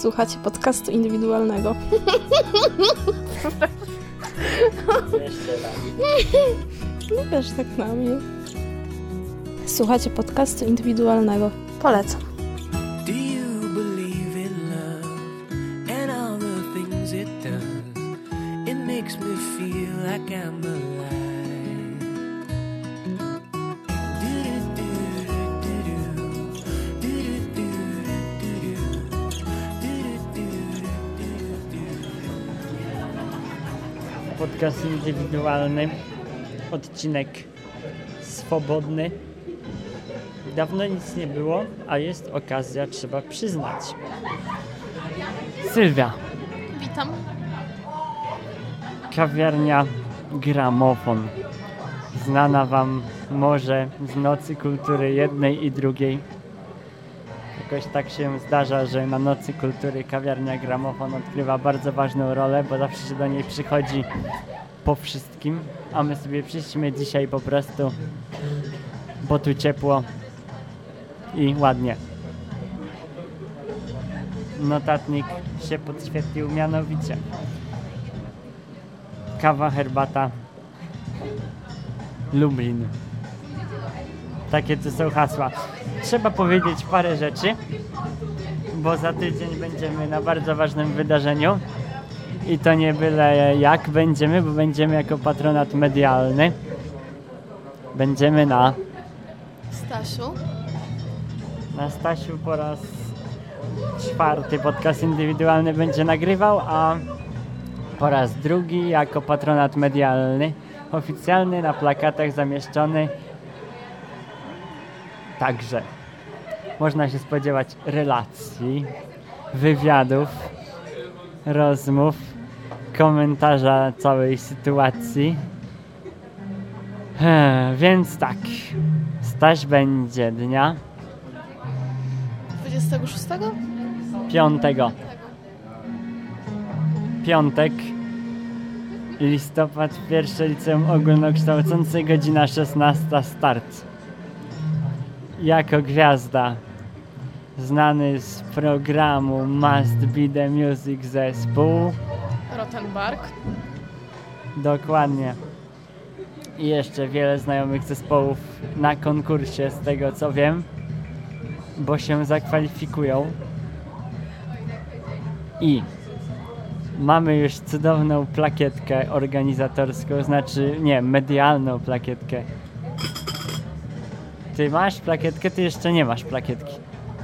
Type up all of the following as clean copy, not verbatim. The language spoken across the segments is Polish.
Słuchacie podcastu indywidualnego. Jeszcze raz. No wiesz, tak na mnie. Słuchacie podcastu indywidualnego. Polecam. Do you believe in love and all the things it does? It makes me feel like I'm alive. Podcast indywidualny, odcinek swobodny. Dawno nic nie było, a jest okazja, trzeba przyznać. Sylwia. Witam. Kawiarnia Gramofon. Znana wam może z Nocy Kultury jednej i drugiej. Jakoś tak się zdarza, że na Nocy Kultury kawiarnia Gramofon odgrywa bardzo ważną rolę, bo zawsze się do niej przychodzi po wszystkim, a my sobie przyszliśmy dzisiaj po prostu, bo tu ciepło i ładnie. Notatnik się podświetlił mianowicie. Kawa, herbata, Lublin. Takie to są hasła. Trzeba powiedzieć parę rzeczy, bo za tydzień będziemy na bardzo ważnym wydarzeniu i to nie byle jak będziemy, bo będziemy jako patronat medialny. Będziemy na Stasiu. Na Stasiu po raz 4 podcast indywidualny będzie nagrywał, a po raz 2 jako patronat medialny, oficjalny, na plakatach zamieszczony. Także można się spodziewać relacji, wywiadów, rozmów, komentarza całej sytuacji. Więc tak, Staś będzie dnia 26? 5. Piątek, listopad, pierwsze liceum ogólnokształcące, godzina 16, start. Jako gwiazda, znany z programu Must Be The Music zespół. Rottenberg. Dokładnie. I jeszcze wiele znajomych zespołów na konkursie, z tego co wiem, bo się zakwalifikują. I mamy już cudowną plakietkę organizatorską, znaczy nie, medialną plakietkę. Ty masz plakietkę, ty jeszcze nie masz plakietki.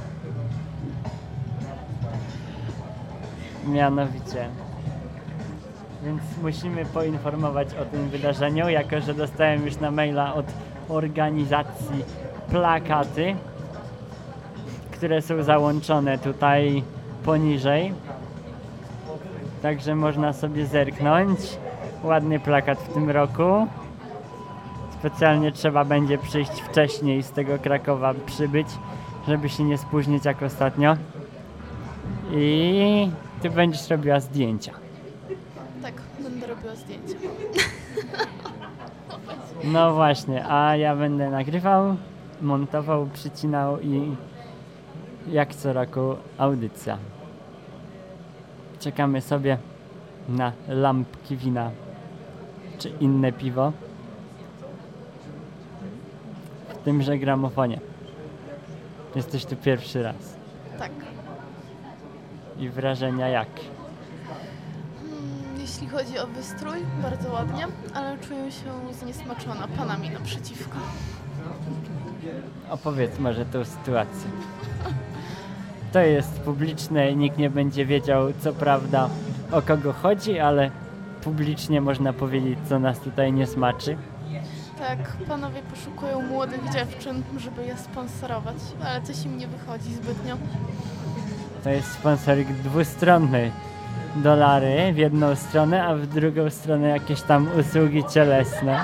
Mianowicie. Więc musimy poinformować o tym wydarzeniu, jako że dostałem już na maila od organizacji plakaty, które są załączone tutaj poniżej. Także można sobie zerknąć. Ładny plakat w tym roku. Specjalnie trzeba będzie przyjść wcześniej z tego Krakowa, przybyć, żeby się nie spóźnić jak ostatnio. I ty będziesz robiła zdjęcia. Tak, będę robiła zdjęcia. No właśnie, a ja będę nagrywał, montował, przycinał i jak co roku audycja. Czekamy sobie na lampki wina czy inne piwo w tymże gramofonie. Jesteś tu pierwszy raz. Tak. I wrażenia jak? Jeśli chodzi o wystrój, bardzo ładnie, ale czuję się zniesmaczona panami naprzeciwko. Opowiedz może tą sytuację. To jest publiczne i nikt nie będzie wiedział, co prawda, o kogo chodzi, ale publicznie można powiedzieć, co nas tutaj nie smaczy. Tak, panowie poszukują młodych dziewczyn, żeby je sponsorować, ale coś im nie wychodzi zbytnio. To jest sponsoring dwustronny. Dolary w jedną stronę, a w drugą stronę jakieś tam usługi cielesne.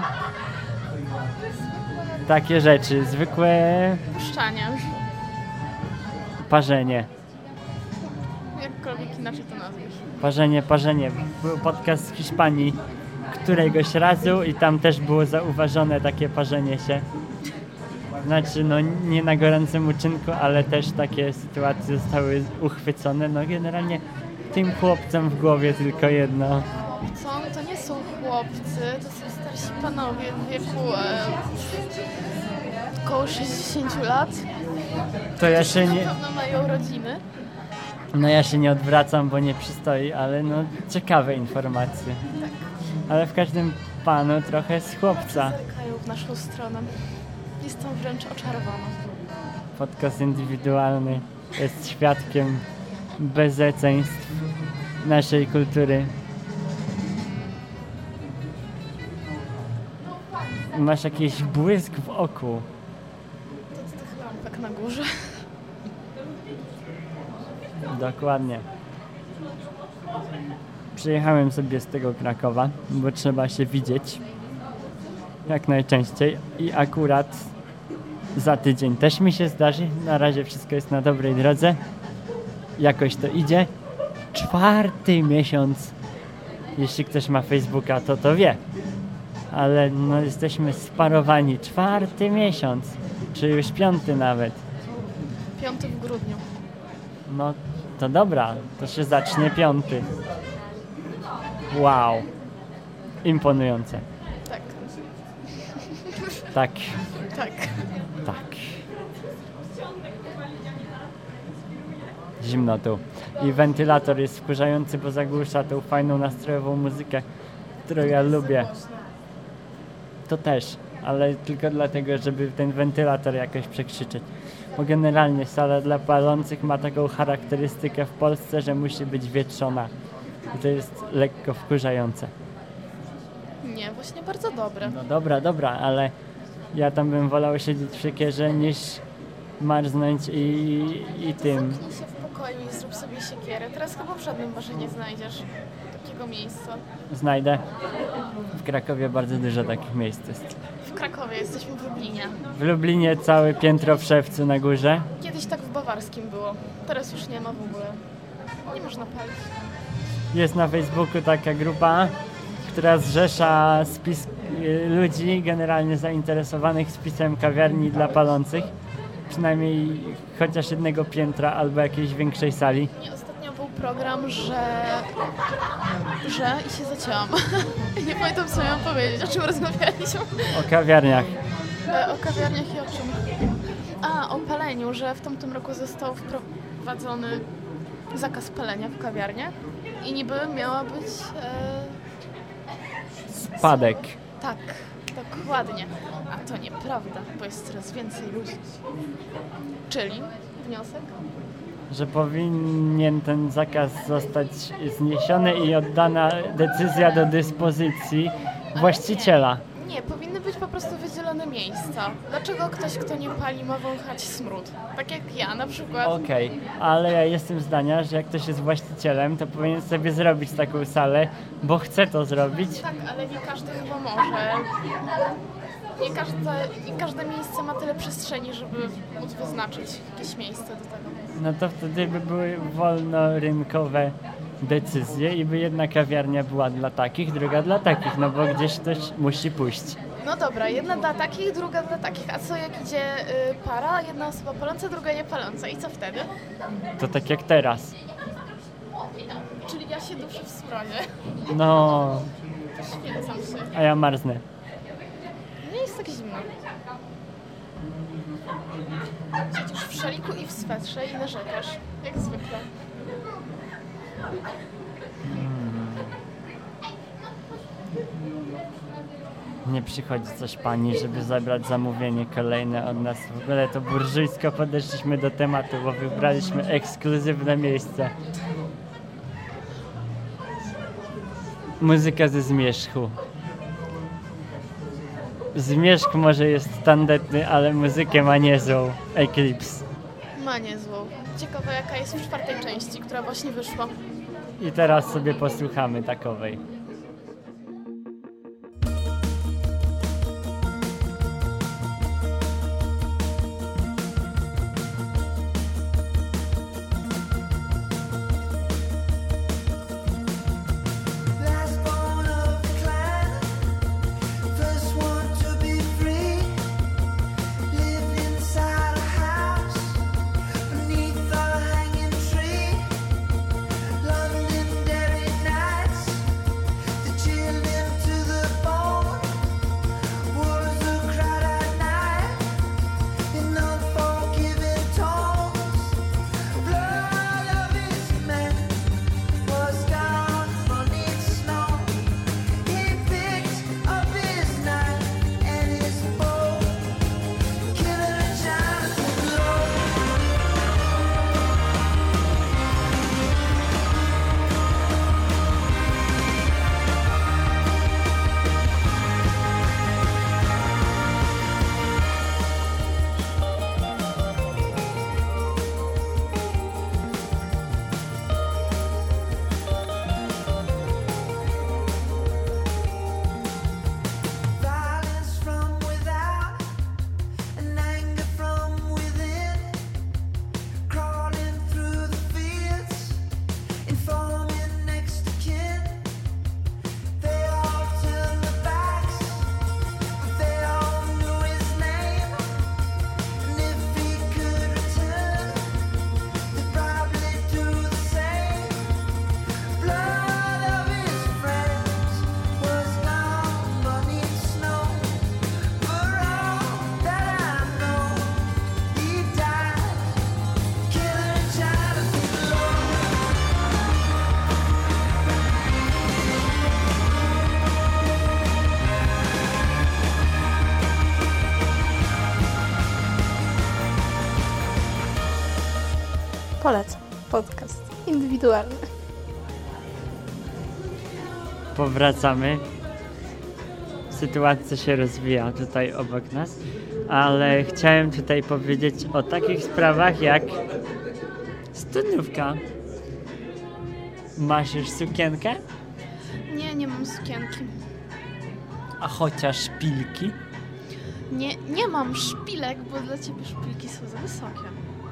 Takie rzeczy, zwykłe Puszczanie. parzenie. Jakkolwiek inaczej to nazwiesz. Parzenie. Był podcast z Hiszpanii któregoś razu i tam też było zauważone takie parzenie się. Znaczy, no nie na gorącym uczynku, ale też takie sytuacje zostały uchwycone. No generalnie tym chłopcom w głowie tylko jedno. Co? To nie są chłopcy, to są starsi panowie w wieku około 60 lat. To ja się Na nie... pewno mają rodziny. No ja się nie odwracam, bo nie przystoi, ale no ciekawe informacje. Tak. Ale w każdym panu trochę z chłopca. Zerkają w naszą stronę. Jestem wręcz oczarowana. Podcast indywidualny jest świadkiem bezeceństw naszej kultury. Masz jakiś błysk w oku. To z tych lampek na górze. Dokładnie. Przyjechałem sobie z tego Krakowa, bo trzeba się widzieć jak najczęściej i akurat za tydzień też mi się zdarzy. Na razie wszystko jest na dobrej drodze. Jakoś to idzie. 4. miesiąc. Jeśli ktoś ma Facebooka, to wie. Ale no jesteśmy sparowani. 4. miesiąc. Czy już 5. nawet. 5 w grudniu. No to dobra, to się zacznie 5. Wow. Imponujące. Tak. Tak, Tak. tak. Zimno tu. I wentylator jest wkurzający, bo zagłusza tą fajną nastrojową muzykę, którą ja lubię. To też, ale tylko dlatego, żeby ten wentylator jakoś przekrzyczeć. Bo generalnie sala dla palących ma taką charakterystykę w Polsce, że musi być wietrzona. I to jest lekko wkurzające. Nie, właśnie bardzo dobre. No dobra, ale ja tam bym wolał siedzieć w siekierze niż marznąć i tym. Zamknij się w pokoju i zrób sobie siekierę. Teraz chyba w żadnym barze nie znajdziesz takiego miejsca. Znajdę. W Krakowie bardzo dużo takich miejsc jest. W Krakowie jesteśmy w Lublinie. W Lublinie całe piętro w Szewcu na górze. Kiedyś tak w Bawarskim było. Teraz już nie ma w ogóle. Nie można palić. Jest na Facebooku taka grupa, która zrzesza spis ludzi generalnie zainteresowanych spisem kawiarni dla palących. Przynajmniej chociaż jednego piętra albo jakiejś większej sali. Nie, ostatnio był program, że i się zacięłam. Nie pamiętam, co miałam powiedzieć, o czym rozmawialiśmy. O kawiarniach. O kawiarniach i o czym? O paleniu, że w tamtym roku został wprowadzony zakaz palenia w kawiarniach i niby miała być... Spadek. Tak, dokładnie. A to nieprawda, bo jest coraz więcej ludzi. Czyli wniosek? Że powinien ten zakaz zostać zniesiony i oddana decyzja do dyspozycji właściciela. Nie, powinny być po prostu wydzielone miejsca. Dlaczego ktoś, kto nie pali, ma wąchać smród? Tak jak ja na przykład. Okej, ale ja jestem zdania, że jak ktoś jest właścicielem, to powinien sobie zrobić taką salę, bo chce to zrobić. Tak, ale nie każdy chyba może. Nie każde miejsce ma tyle przestrzeni, żeby móc wyznaczyć jakieś miejsce do tego. No to wtedy by były wolnorynkowe decyzje i by jedna kawiarnia była dla takich, druga dla takich, no bo gdzieś ktoś musi pójść. No dobra, jedna dla takich, druga dla takich. A co jak idzie para, jedna osoba paląca, druga nie paląca? I co wtedy? To tak jak teraz. Czyli ja się duszę w smrodzie. No, Święcam się. a ja marznę. Nie jest tak zimno. Siedzisz w szaliku i w swetrze i narzekasz. Jak zwykle. Nie przychodzi coś pani, żeby zabrać zamówienie kolejne od nas. W ogóle to burżujsko podeszliśmy do tematu, bo wybraliśmy ekskluzywne miejsce. Muzyka ze Zmierzchu. Zmierzch może jest tandetny, ale muzykę ma niezłą. Eclipse. Ma niezłą. Ciekawe jaka jest w 4. części, która właśnie wyszła. I teraz sobie posłuchamy takowej. Last born of the clan, first one to be free. Lived Polecam. Podcast indywidualny. Powracamy. Sytuacja się rozwija tutaj obok nas, ale chciałem tutaj powiedzieć o takich sprawach jak studniówka. Masz już sukienkę? Nie mam sukienki. A chociaż szpilki? Nie mam szpilek, bo dla ciebie szpilki są za wysokie.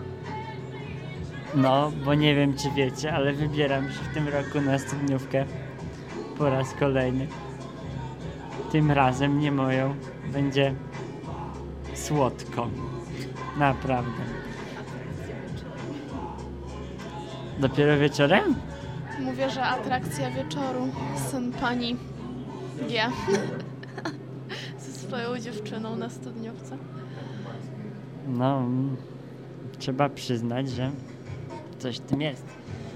No, bo nie wiem czy wiecie, ale wybieram się w tym roku na studniówkę po raz kolejny. Tym razem nie moją. Będzie słodko. Naprawdę. Dopiero wieczorem? Mówię, że atrakcja wieczoru. Syn pani G. Ze swoją dziewczyną na studniówce. No, trzeba przyznać, że coś w tym jest.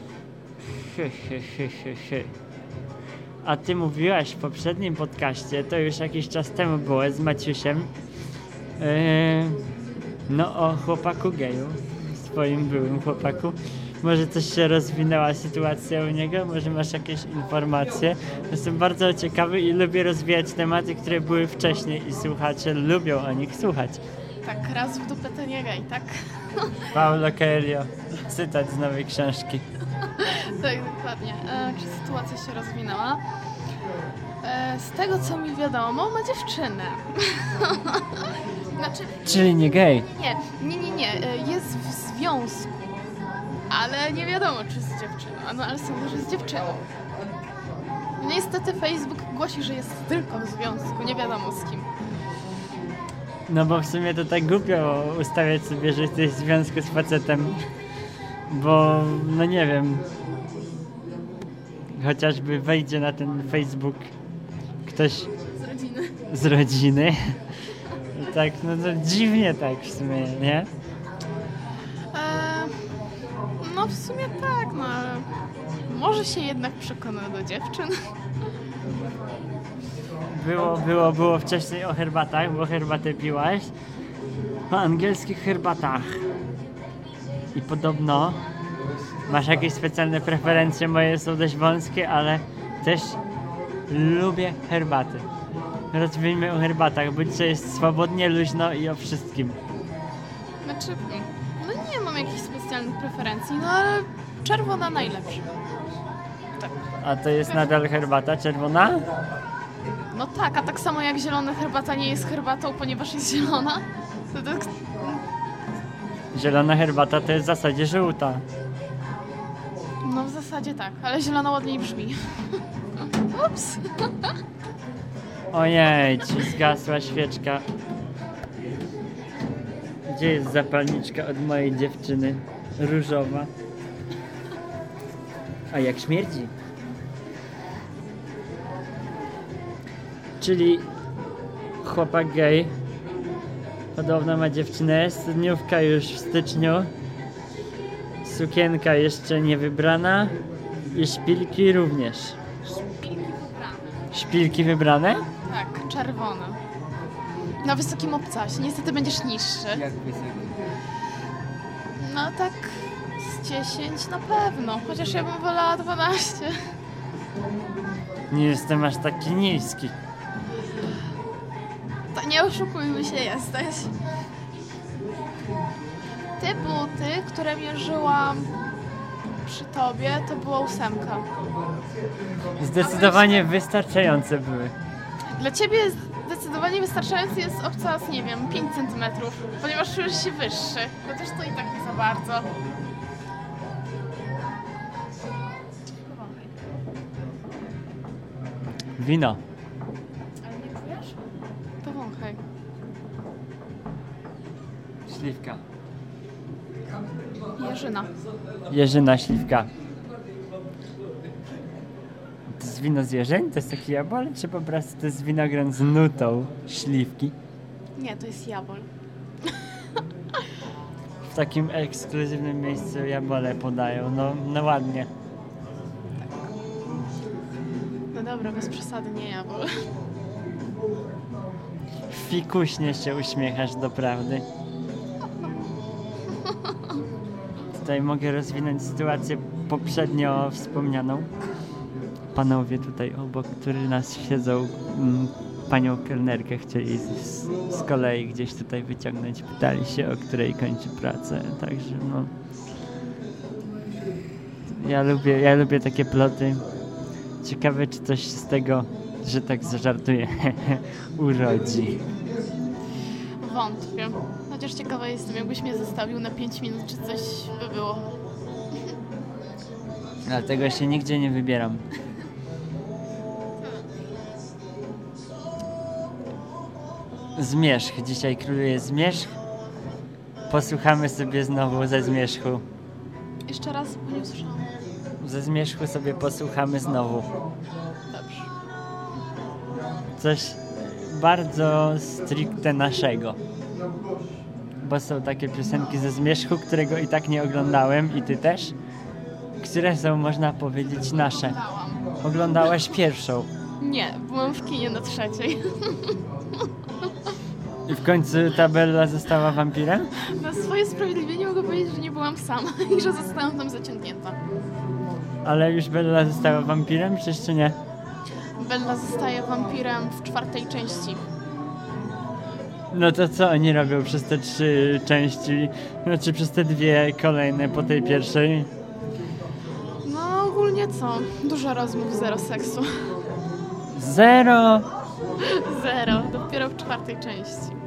A ty mówiłaś w poprzednim podcaście, to już jakiś czas temu było z Maciusiem, no o chłopaku geju, swoim byłym chłopaku. Może coś się rozwinęła sytuacja u niego? Może masz jakieś informacje? Jestem bardzo ciekawy i lubię rozwijać tematy, które były wcześniej i słuchacze lubią o nich słuchać. Tak, raz w dupę to nie gej, tak? Paulo Coelho, cytat z nowej książki. Tak, dokładnie. Czy sytuacja się rozwinęła? Z tego, co mi wiadomo, ma dziewczynę. Znaczy, Czyli nie gej. nie. Jest w związku. Ale nie wiadomo, czy z dziewczyną. No, ale sądzę, że z dziewczyną. Niestety Facebook głosi, że jest tylko w związku. Nie wiadomo z kim. No bo w sumie to tak głupio ustawiać sobie, że jesteś w związku z facetem. Bo, no nie wiem. Chociażby wejdzie na ten Facebook ktoś Z rodziny. z rodziny. I tak, no to dziwnie tak w sumie, nie? No w sumie tak, no ale może się jednak przekona do dziewczyn. Było wcześniej o herbatach, bo herbatę piłaś. O angielskich herbatach. I podobno masz jakieś specjalne preferencje, moje są dość wąskie, ale też lubię herbaty. Rozwijmy o herbatach, bo dzisiaj jest swobodnie, luźno i o wszystkim. Znaczy, no nie mam jakichś specjalnych preferencji, no ale czerwona najlepsza. Tak. A to jest nadal herbata czerwona? No tak, a tak samo jak zielona herbata nie jest herbatą, ponieważ jest zielona. To tak... Zielona herbata to jest w zasadzie żółta. No w zasadzie tak, ale zielona ładniej brzmi. Ups. Ojej, ci zgasła świeczka. Gdzie jest zapalniczka od mojej dziewczyny? Różowa. A jak śmierdzi. Czyli chłopak gej podobno ma dziewczynę, studniówka już w styczniu, sukienka jeszcze nie wybrana i szpilki również. Szpilki wybrane. Szpilki wybrane? Tak, czerwone. Na wysokim obcasie. Niestety będziesz niższy. Jak wysoki? No tak z 10 na pewno. Chociaż ja bym wolała 12. Nie jestem aż taki niski. To nie oszukujmy się, jesteś. Te buty, które mierzyłam przy tobie, to była 8. Zdecydowanie wystarczające były. Dla ciebie zdecydowanie wystarczający jest obcas, nie wiem, 5 cm, ponieważ czujesz się wyższy. Chociaż to i tak nie za bardzo. Wino. Ale nie czujesz? Powąchaj. Śliwka. Jerzyna. Jerzyna śliwka. To jest wino z jeżyn? To jest taki jabol? Czy po prostu to jest winogron z nutą śliwki? Nie, to jest jabol. W takim ekskluzywnym miejscu jabole podają. No ładnie. No dobra, bez przesady, nie jabol. Fikuśnie się uśmiechasz do prawdy. tutaj mogę rozwinąć sytuację poprzednio wspomnianą. Panowie tutaj obok, którzy nas siedzą, panią kelnerkę chcieli z kolei gdzieś tutaj wyciągnąć. Pytali się, o której kończy pracę. Także no... Ja lubię takie ploty. Ciekawe, czy coś z tego, że tak zażartuję, urodzi. Wątpię. Chociaż ciekawa jestem, jakbyś mnie zostawił na 5 minut, czy coś by było. Dlatego się nigdzie nie wybieram. Zmierzch. Dzisiaj króluje zmierzch. Posłuchamy sobie znowu ze zmierzchu. Jeszcze raz, bo nie usłyszałam. Ze zmierzchu sobie posłuchamy znowu. Dobrze. Coś bardzo stricte naszego. Bo są takie piosenki ze zmierzchu, którego i tak nie oglądałem i ty też, które są, można powiedzieć, nasze. Oglądałaś pierwszą. Nie, byłam w kinie na 3. I w końcu ta Bella została wampirem? Na swoje sprawiedliwienie mogę powiedzieć, że nie byłam sama i że zostałam tam zaciągnięta. Ale już Bella została wampirem, czy jeszcze nie? Bella zostaje wampirem w 4. części. No to co oni robią przez te 3 części? Znaczy przez te 2 kolejne po tej pierwszej? No ogólnie co? Dużo rozmów, 0 seksu. 0! 0, dopiero w 4. części.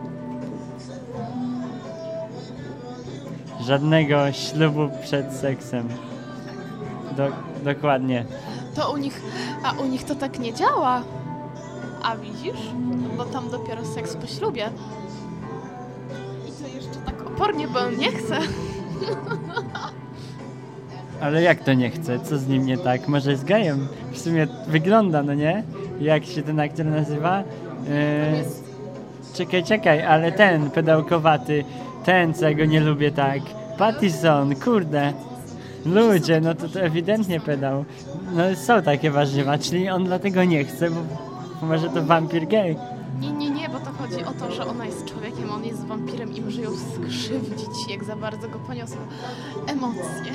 Żadnego ślubu przed seksem. Dokładnie. To u nich to tak nie działa. A widzisz? Bo tam dopiero seks po ślubie. I to jeszcze tak opornie, bo on nie chce. Ale jak to nie chce? Co z nim nie tak? Może jest gejem? W sumie wygląda, no nie? Jak się ten aktor nazywa? Czekaj, ale ten pedałkowaty, ten, co ja go nie lubię tak. Pattison, kurde. Ludzie, no to ewidentnie pedał. No są takie warzywa, czyli on dlatego nie chce, bo może to wampir gej. Nie, bo to chodzi o to, że ona jest człowiekiem, on jest wampirem i może ją skrzywdzić, jak za bardzo go poniosą emocje.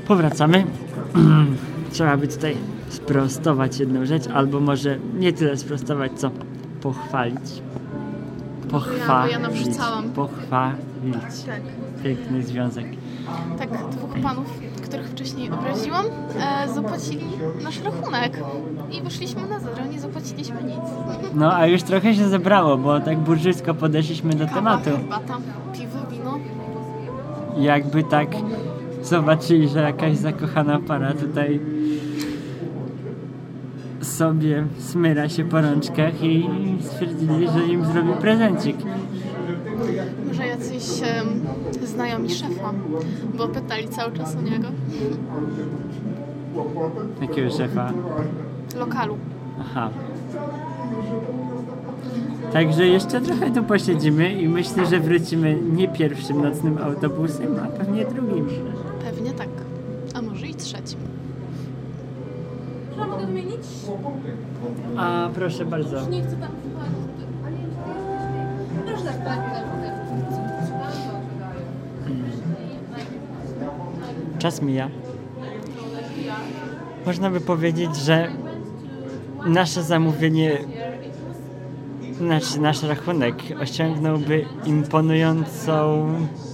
Powracamy. Trzeba by tutaj sprostować jedną rzecz, albo może nie tyle sprostować, co pochwalić. Ja nawrzucałam. Pochwalić. Tak. Piękny związek. Tak, 2 panów, których wcześniej obraziłam, zapłacili nasz rachunek. I wyszliśmy na zero, nie zapłaciliśmy nic. No, a już trochę się zebrało, bo tak burżujsko podeszliśmy do Kawa, tematu. herbata, piwo, wino. Jakby tak zobaczyli, że jakaś zakochana para tutaj sobie smyra się po rączkach i stwierdzili, że im zrobi prezencik. Może jacyś znajomi szefa, bo pytali cały czas o niego. Jakiego szefa? Lokalu. Aha. Także jeszcze trochę tu posiedzimy i myślę, że wrócimy nie pierwszym nocnym autobusem, a pewnie drugim. Pewnie tak. A może i trzecim. Czy mogę wymienić? A proszę bardzo. Nie chcę tam... Proszę tak. Czas mija. Można by powiedzieć, że nasze zamówienie, znaczy nasz rachunek osiągnąłby imponującą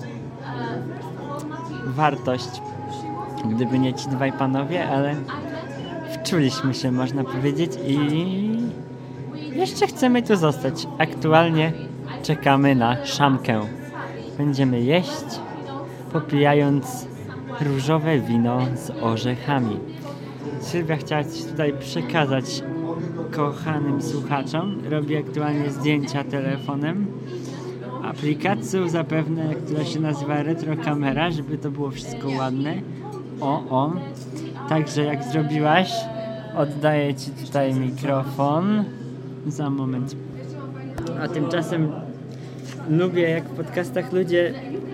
wartość, gdyby nie ci 2 panowie, ale wczuliśmy się, można powiedzieć, i jeszcze chcemy tu zostać. Aktualnie czekamy na szamkę. Będziemy jeść, popijając różowe wino z orzechami. Sylwia chciała coś tutaj przekazać kochanym słuchaczom. Robi aktualnie zdjęcia telefonem. Aplikacją zapewne, która się nazywa Retrokamera, żeby to było wszystko ładne. O. Także jak zrobiłaś, oddaję ci tutaj mikrofon. Za moment. A tymczasem lubię, jak w podcastach ludzie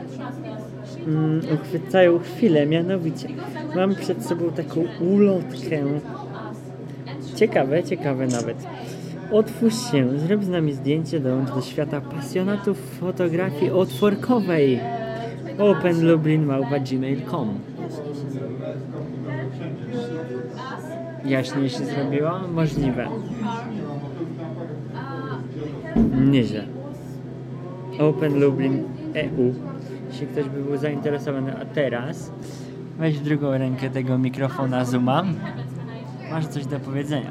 uchwycają chwilę, mianowicie mam przed sobą taką ulotkę. Ciekawe nawet. Otwórz się, zrób z nami zdjęcie, dołącz do świata pasjonatów fotografii otworkowej. openlublin@gmail.com. Jaśniej się zrobiło? Możliwe. Nieźle. openlublin.eu, jeśli ktoś by był zainteresowany. A teraz weź w drugą rękę tego mikrofona Zooma. Masz coś do powiedzenia?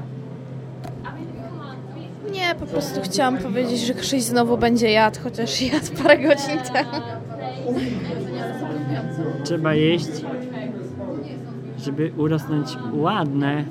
Nie, po prostu chciałam powiedzieć, że Krzyś znowu będzie jadł, chociaż jadł parę godzin temu. Trzeba jeść, żeby urosnąć ładne.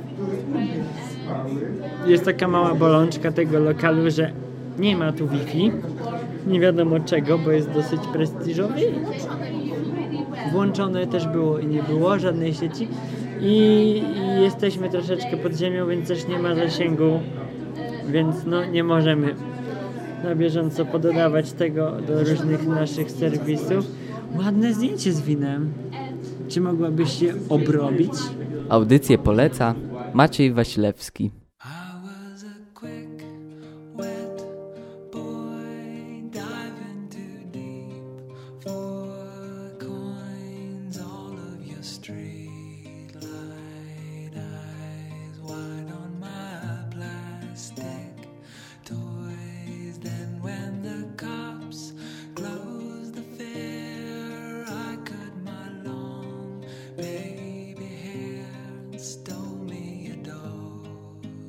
Jest taka mała bolączka tego lokalu, że nie ma tu Wi-Fi. Nie wiadomo czego, bo jest dosyć prestiżowy. Włączone też było i nie było żadnej sieci. I jesteśmy troszeczkę pod ziemią, więc też nie ma zasięgu. Więc no nie możemy na bieżąco pododawać tego do różnych naszych serwisów. Ładne zdjęcie z winem. Czy mogłabyś je obrobić? Audycję poleca Maciej Wasilewski. I was a quick, wet boy diving too deep for coins. All of your street light eyes wide on my plastic toys. Then when the cops closed the fair, I cut my long baby hair and stole me a doll.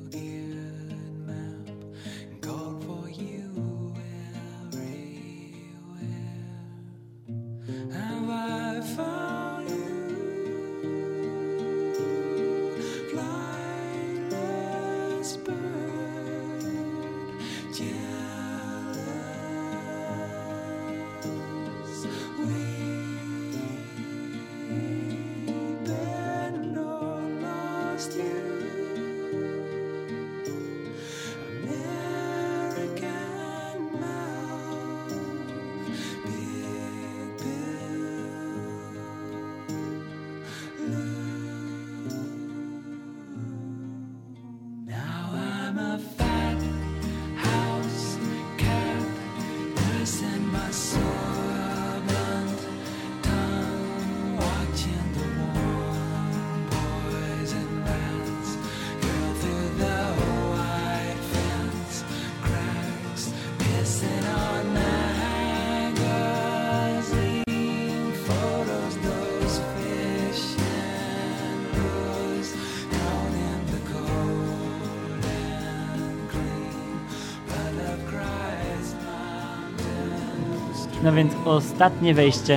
No więc ostatnie wejście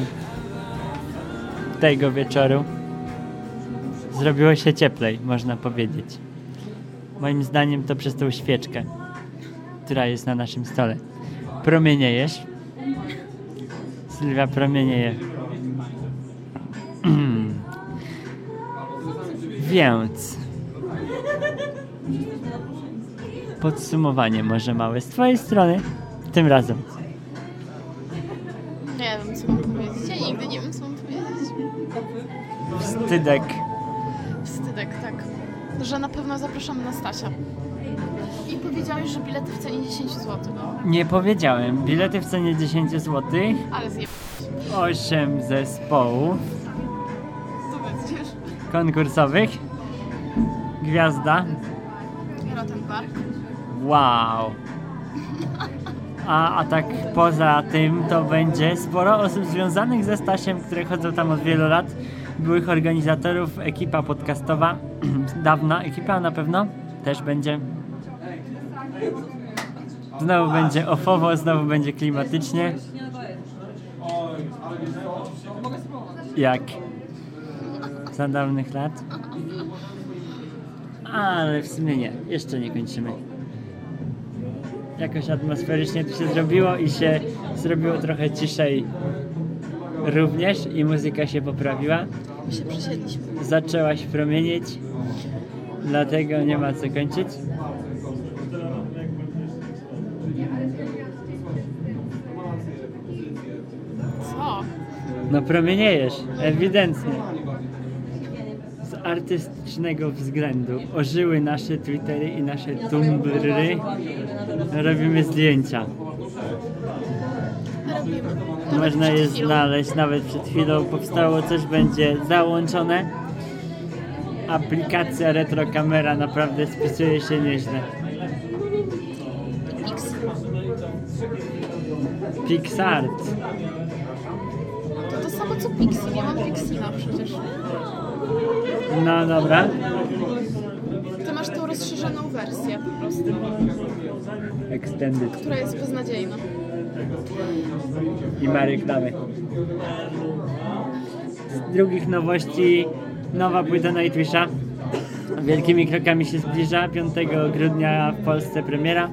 tego wieczoru. Zrobiło się cieplej, można powiedzieć. Moim zdaniem to przez tą świeczkę, która jest na naszym stole. Promieniejesz. Sylwia promienieje. Więc podsumowanie może małe z twojej strony tym razem. Nie wiem, co mam powiedzieć. Ja nigdy nie wiem, co mam powiedzieć. Wstydek. Wstydek, tak. Że na pewno zapraszamy na Stasia. I powiedziałeś, że bilety w cenie 10 zł. Nie powiedziałem. Bilety w cenie 10 zł. Ale zjeb... 8 zespołów Co będziesz? konkursowych. Gwiazda. Rotenberg. Wow. A tak poza tym to będzie sporo osób związanych ze Stasiem, które chodzą tam od wielu lat. Byłych organizatorów, ekipa podcastowa. Dawna ekipa na pewno też będzie. Znowu będzie ofowo, znowu będzie klimatycznie. Jak za dawnych lat. Ale w sumie nie, jeszcze nie kończymy. Jakoś atmosferycznie tu się zrobiło i się zrobiło trochę ciszej również i muzyka się poprawiła. My się przesiedliśmy. Zaczęłaś promienieć, dlatego nie ma co kończyć. Co? No promieniejesz, ewidentnie. Z artystycznego względu ożyły nasze Twittery i nasze Tumblery. Robimy zdjęcia. Robimy. Można je znaleźć nawet przed chwilą. Powstało coś, będzie załączone. Aplikacja retrokamera naprawdę spisuje się nieźle. PixArt. To samo co Pixie, nie mam Pixina przecież. No dobra. Ty masz tą rozszerzoną wersję po prostu, Extended. która jest beznadziejna. I ma reklamy. Z drugich nowości nowa płyta Nightwisha. Wielkimi krokami się zbliża. 5 grudnia w Polsce premiera.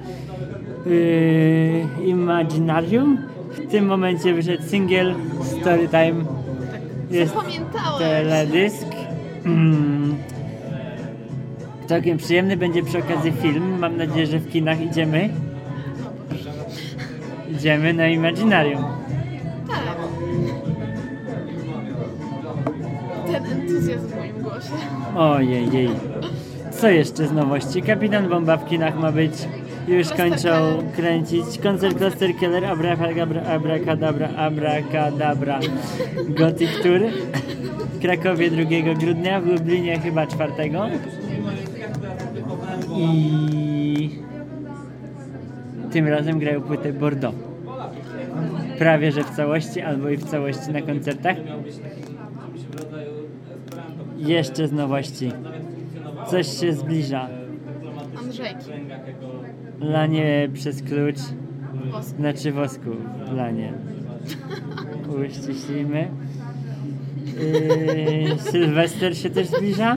Imaginarium. W tym momencie wyszedł singiel Storytime. Jest Zapamiętałeś. teledysk. Całkiem przyjemny, będzie przy okazji film. Mam nadzieję, że w kinach idziemy. Idziemy na Imaginarium. Tak. Ten entuzjazm w moim głosie. Ojej. Co jeszcze z nowości? Kapitan Bomba w kinach ma być. Już kończą kręcić. Koncert Cluster Killer, Abracadabra, Gothic Tour. W Krakowie 2 grudnia, w Lublinie chyba 4. I tym razem grają płytę Bordeaux. Prawie że w całości, albo i w całości na koncertach. Jeszcze z nowości. Coś się zbliża. Andrzejki. Lanie przez klucz. Wosku. Znaczy wosku. Lanie. Uściślimy. Sylwester się też zbliża.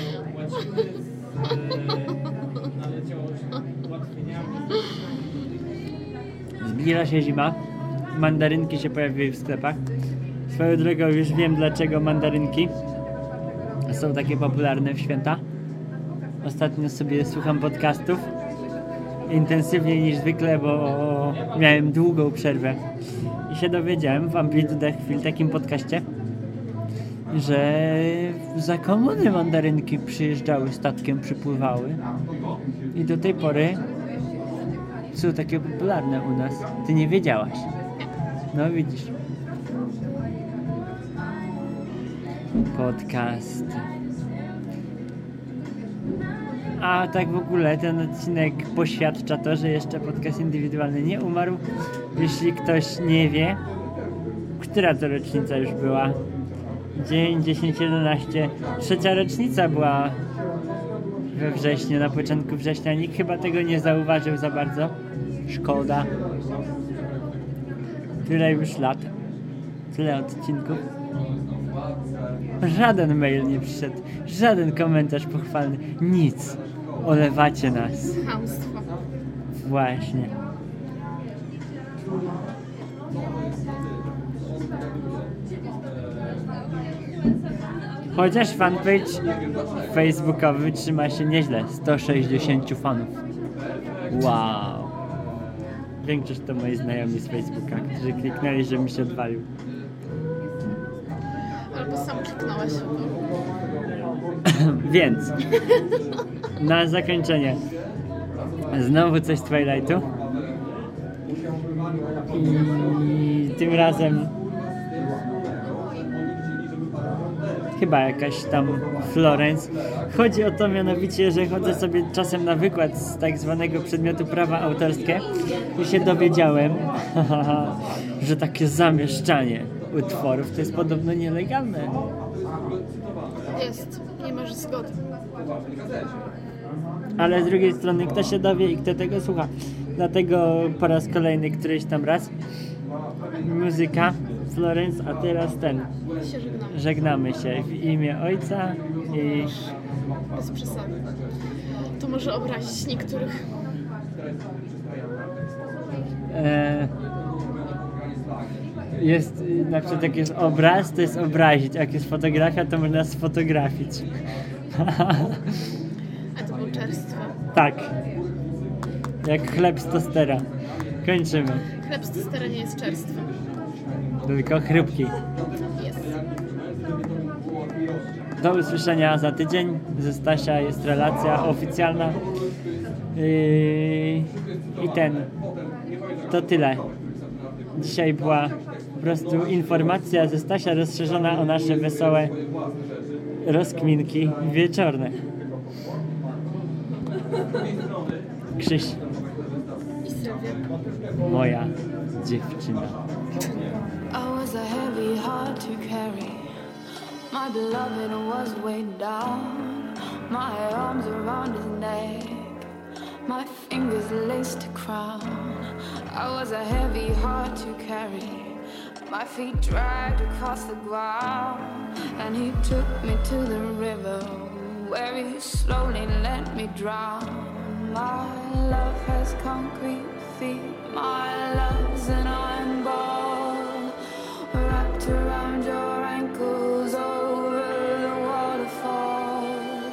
Zbliża się zima. Mandarynki się pojawiły w sklepach. Swoją drogą już wiem, dlaczego mandarynki są takie popularne w święta. Ostatnio sobie słucham podcastów intensywniej niż zwykle, bo miałem długą przerwę i się dowiedziałem w Amplitude Chwil, takim podcaście, że za komuny mandarynki przyjeżdżały statkiem, przypływały i do tej pory są takie popularne u nas. Ty nie wiedziałaś. No widzisz. Podcast. A tak w ogóle ten odcinek poświadcza to, że jeszcze podcast indywidualny nie umarł. Jeśli ktoś nie wie, która to rocznica już była? Dzień 10-11. 3. rocznica była we wrześniu, na początku września. Nikt chyba tego nie zauważył za bardzo. Szkoda. tyle już lat, tyle odcinków. Żaden mail nie przyszedł, żaden komentarz pochwalny, nic. Olewacie nas. Chamstwo. Właśnie. Chociaż fanpage facebookowy trzyma się nieźle. 160 fanów. Wow. Większość to moi znajomi z Facebooka, którzy kliknęli, że mi się odwalił. Albo sam kliknąłeś. Więc na zakończenie znowu coś z Twilightu. I tym razem chyba jakaś tam Florence. Chodzi o to mianowicie, że chodzę sobie czasem na wykład z tak zwanego przedmiotu prawa autorskie i się dowiedziałem, że takie zamieszczanie utworów to jest podobno nielegalne. Jest. Nie masz zgody. Ale z drugiej strony kto się dowie i kto tego słucha. Dlatego po raz kolejny któryś tam raz muzyka Florence, a teraz ten. Się żegnamy. Żegnamy się w imię Ojca i Bez przesady. To może obrazić niektórych. Jest na przykład jak jest obraz, to jest obrazić, jak jest fotografia, to można sfotografić. A to było czerstwo. Tak. Jak chleb z tostera. Kończymy. Chleb z tostera nie jest czerstwy. Tylko chrupki. Jest. Do usłyszenia za tydzień. Ze Stasia jest relacja oficjalna. I to tyle. Dzisiaj była po prostu informacja ze Stasia rozszerzona o nasze wesołe rozkminki wieczorne. Krzyś. I Sylwia. Moja dziewczyna. I was a heavy heart to carry. My beloved was weighed down. My arms around his neck. My fingers laced a crown. I was a heavy heart to carry. My feet dragged across the ground. And he took me to the river, where he slowly let me drown. My love has concrete feet. My love's an iron ball wrapped around your ankles over the waterfall.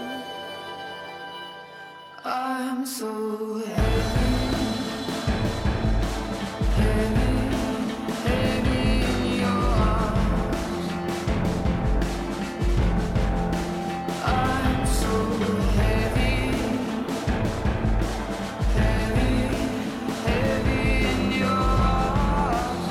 I'm so heavy, heavy, heavy in your arms. I'm so heavy, heavy, heavy in your arms.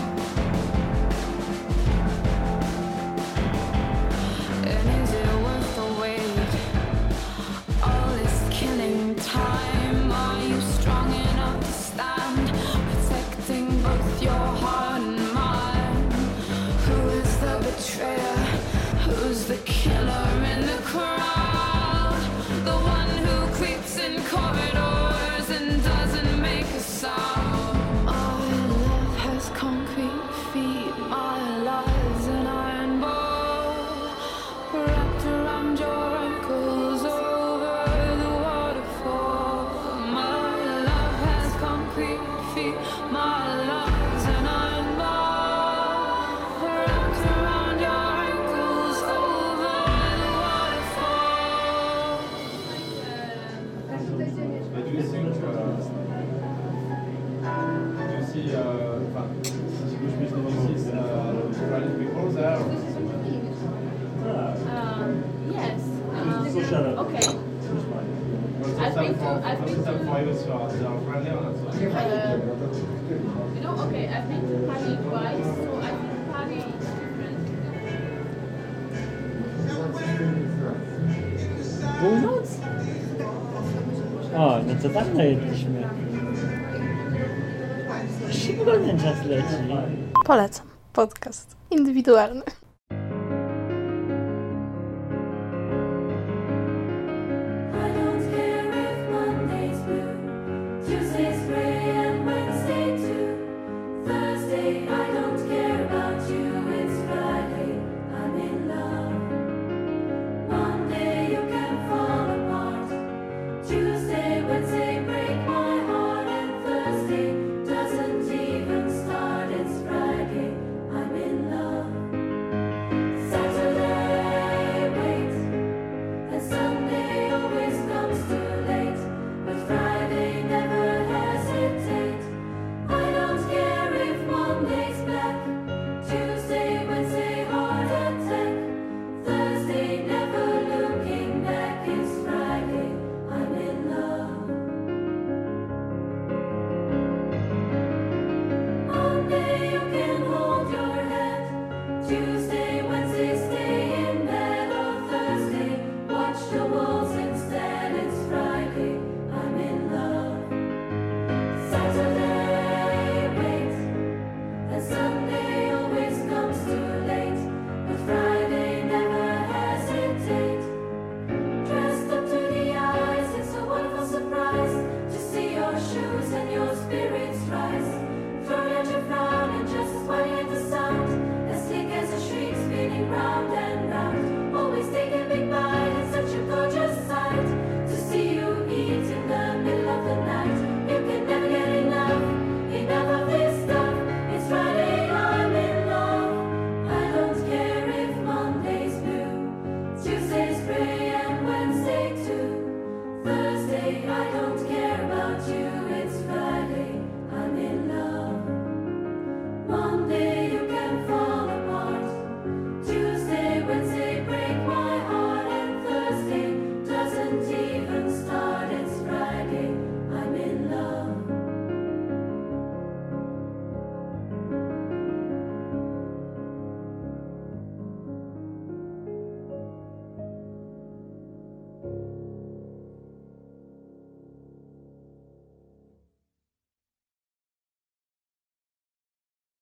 And is it worth the wait? All this killing time. Are you strong enough to stand, protecting both your heart and mind? Who is the betrayer? Who's the killer in the crowd? The one who creeps in corridors and doesn't make a sound. My love has concrete feet. My love's an iron ball wrapped around your ankles over the waterfall. My love has concrete feet. My love's an iron ball wrapped around your ankles over the waterfall. Yes. Okay. I've been to okay, I've been to Paris twice, so I think Paris is different. Północ? O, no to dawno jedliśmy. Szybko ten czas leci. Polecam. Podcast indywidualny.